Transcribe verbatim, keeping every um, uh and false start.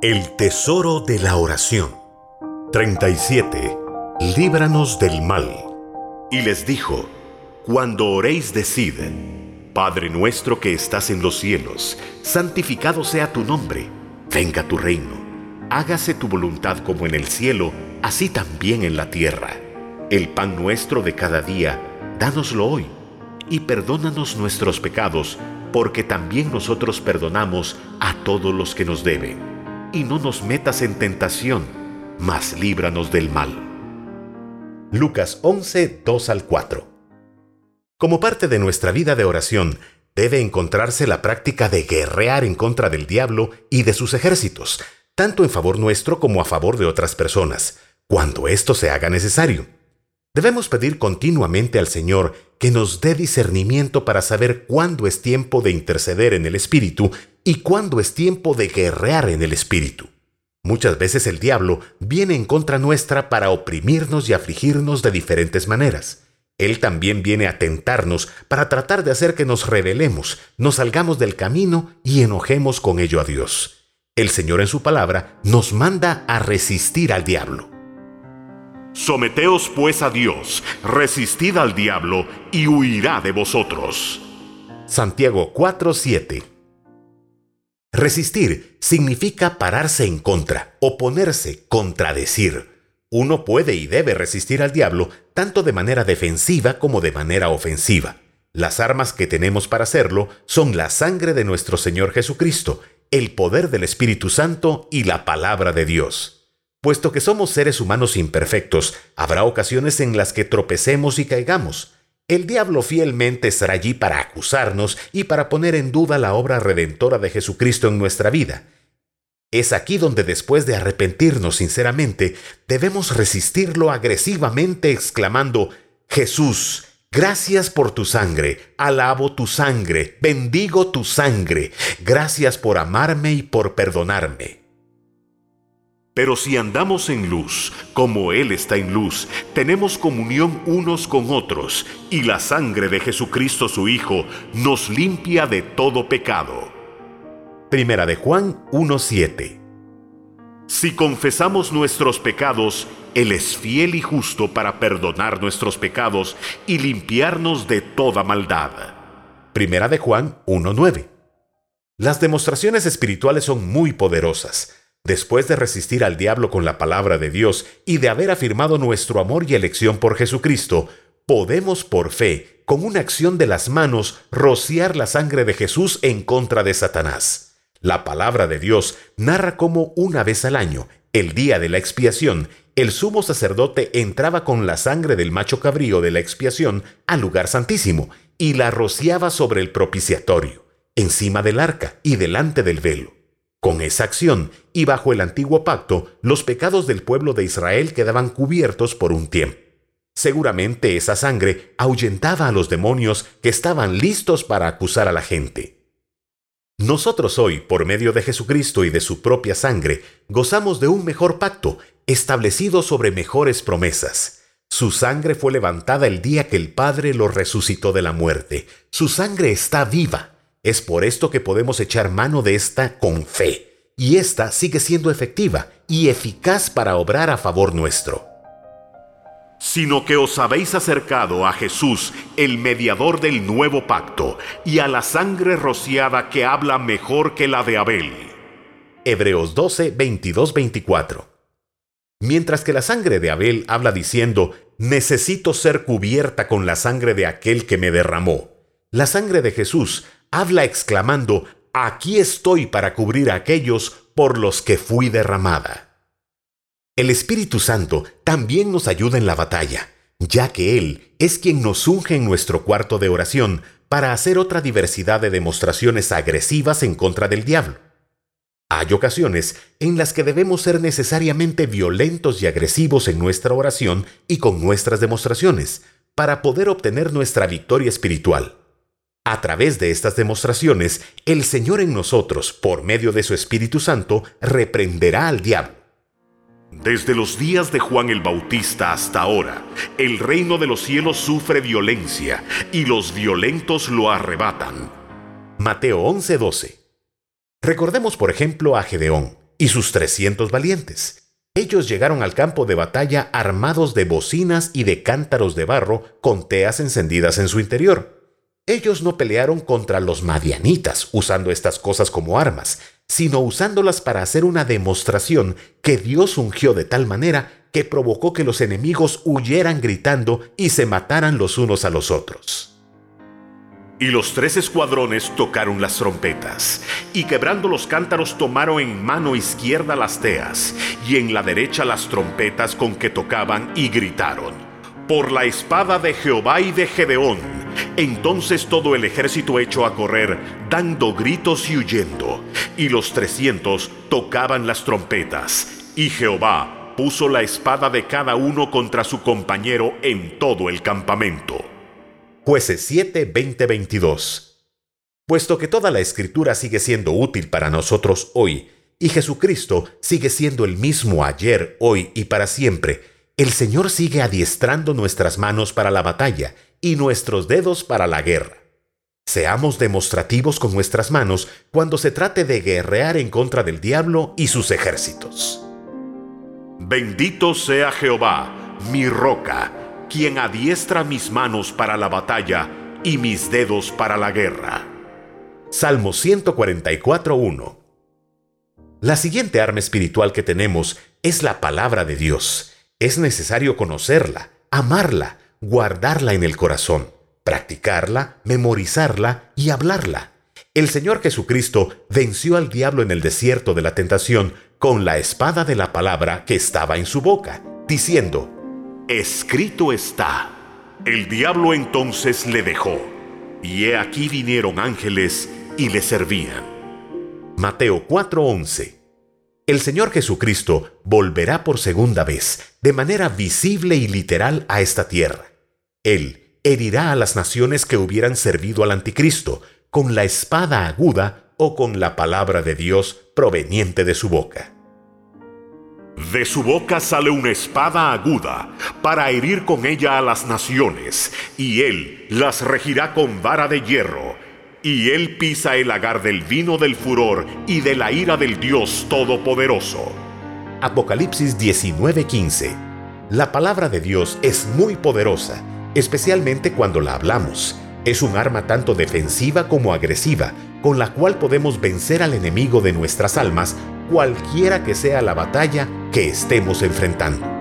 El tesoro de la oración. treinta y siete. Líbranos del mal. Y les dijo: Cuando oréis, decid: Padre nuestro que estás en los cielos, santificado sea tu nombre. Venga tu reino. Hágase tu voluntad como en el cielo, así también en la tierra. El pan nuestro de cada día, dánoslo hoy. Y perdónanos nuestros pecados, porque también nosotros perdonamos a todos los que nos deben. Y no nos metas en tentación, mas líbranos del mal. Lucas once, dos al cuatro. Como parte de nuestra vida de oración, debe encontrarse la práctica de guerrear en contra del diablo y de sus ejércitos, tanto en favor nuestro como a favor de otras personas, cuando esto se haga necesario. Debemos pedir continuamente al Señor que nos dé discernimiento para saber cuándo es tiempo de interceder en el Espíritu y cuándo es tiempo de guerrear en el Espíritu. Muchas veces el diablo viene en contra nuestra para oprimirnos y afligirnos de diferentes maneras. Él también viene a tentarnos para tratar de hacer que nos rebelemos, nos salgamos del camino y enojemos con ello a Dios. El Señor en su palabra nos manda a resistir al diablo. Someteos pues a Dios, resistid al diablo, y huirá de vosotros. Santiago cuatro, siete. Resistir significa pararse en contra, oponerse, contradecir. Uno puede y debe resistir al diablo tanto de manera defensiva como de manera ofensiva. Las armas que tenemos para hacerlo son la sangre de nuestro Señor Jesucristo, el poder del Espíritu Santo y la palabra de Dios. Puesto que somos seres humanos imperfectos, habrá ocasiones en las que tropecemos y caigamos. El diablo fielmente estará allí para acusarnos y para poner en duda la obra redentora de Jesucristo en nuestra vida. Es aquí donde, después de arrepentirnos sinceramente, debemos resistirlo agresivamente exclamando: Jesús, gracias por tu sangre, alabo tu sangre, bendigo tu sangre, gracias por amarme y por perdonarme. Pero si andamos en luz, como Él está en luz, tenemos comunión unos con otros, y la sangre de Jesucristo su Hijo nos limpia de todo pecado. Primera de Juan uno, siete. Si confesamos nuestros pecados, Él es fiel y justo para perdonar nuestros pecados y limpiarnos de toda maldad. Primera de Juan uno, nueve. Las demostraciones espirituales son muy poderosas. Después de resistir al diablo con la palabra de Dios y de haber afirmado nuestro amor y elección por Jesucristo, podemos por fe, con una acción de las manos, rociar la sangre de Jesús en contra de Satanás. La palabra de Dios narra cómo una vez al año, el día de la expiación, el sumo sacerdote entraba con la sangre del macho cabrío de la expiación al lugar santísimo y la rociaba sobre el propiciatorio, encima del arca y delante del velo. Con esa acción, y bajo el antiguo pacto, los pecados del pueblo de Israel quedaban cubiertos por un tiempo. Seguramente esa sangre ahuyentaba a los demonios que estaban listos para acusar a la gente. Nosotros hoy, por medio de Jesucristo y de su propia sangre, gozamos de un mejor pacto, establecido sobre mejores promesas. Su sangre fue levantada el día que el Padre lo resucitó de la muerte. Su sangre está viva. Es por esto que podemos echar mano de esta con fe, y esta sigue siendo efectiva y eficaz para obrar a favor nuestro. Sino que os habéis acercado a Jesús, el mediador del nuevo pacto, y a la sangre rociada que habla mejor que la de Abel. Hebreos doce, veintidós, veinticuatro. Mientras que la sangre de Abel habla diciendo: necesito ser cubierta con la sangre de aquel que me derramó, la sangre de Jesús habla exclamando: aquí estoy para cubrir a aquellos por los que fui derramada. El Espíritu Santo también nos ayuda en la batalla, ya que Él es quien nos unge en nuestro cuarto de oración para hacer otra diversidad de demostraciones agresivas en contra del diablo. Hay ocasiones en las que debemos ser necesariamente violentos y agresivos en nuestra oración y con nuestras demostraciones, para poder obtener nuestra victoria espiritual. A través de estas demostraciones, el Señor en nosotros, por medio de su Espíritu Santo, reprenderá al diablo. Desde los días de Juan el Bautista hasta ahora, el reino de los cielos sufre violencia, y los violentos lo arrebatan. Mateo once, doce. Recordemos, por ejemplo, a Gedeón, y sus trescientos valientes. Ellos llegaron al campo de batalla armados de bocinas y de cántaros de barro con teas encendidas en su interior. Ellos no pelearon contra los madianitas usando estas cosas como armas, sino usándolas para hacer una demostración que Dios ungió de tal manera que provocó que los enemigos huyeran gritando y se mataran los unos a los otros. Y los tres escuadrones tocaron las trompetas, y quebrando los cántaros tomaron en mano izquierda las teas, y en la derecha las trompetas con que tocaban, y gritaron: por la espada de Jehová y de Gedeón. Entonces todo el ejército echó a correr, dando gritos y huyendo, y los trescientos tocaban las trompetas, y Jehová puso la espada de cada uno contra su compañero en todo el campamento. Jueces siete, veinte, veintidós. Puesto que toda la Escritura sigue siendo útil para nosotros hoy, y Jesucristo sigue siendo el mismo ayer, hoy y para siempre, el Señor sigue adiestrando nuestras manos para la batalla y nuestros dedos para la guerra. Seamos demostrativos con nuestras manos cuando se trate de guerrear en contra del diablo y sus ejércitos. Bendito sea Jehová, mi roca, quien adiestra mis manos para la batalla y mis dedos para la guerra. Salmo ciento cuarenta y cuatro, uno. La siguiente arma espiritual que tenemos es la palabra de Dios. Es necesario conocerla, amarla, guardarla en el corazón, practicarla, memorizarla y hablarla. El Señor Jesucristo venció al diablo en el desierto de la tentación con la espada de la palabra que estaba en su boca, diciendo: escrito está. El diablo entonces le dejó, y he aquí vinieron ángeles y le servían. Mateo cuatro, once. El Señor Jesucristo volverá por segunda vez, de manera visible y literal, a esta tierra. Él herirá a las naciones que hubieran servido al anticristo, con la espada aguda o con la palabra de Dios proveniente de su boca. De su boca sale una espada aguda, para herir con ella a las naciones, y él las regirá con vara de hierro, y él pisa el lagar del vino del furor y de la ira del Dios Todopoderoso. Apocalipsis diecinueve, quince. La palabra de Dios es muy poderosa, especialmente cuando la hablamos. Es un arma tanto defensiva como agresiva, con la cual podemos vencer al enemigo de nuestras almas, cualquiera que sea la batalla que estemos enfrentando.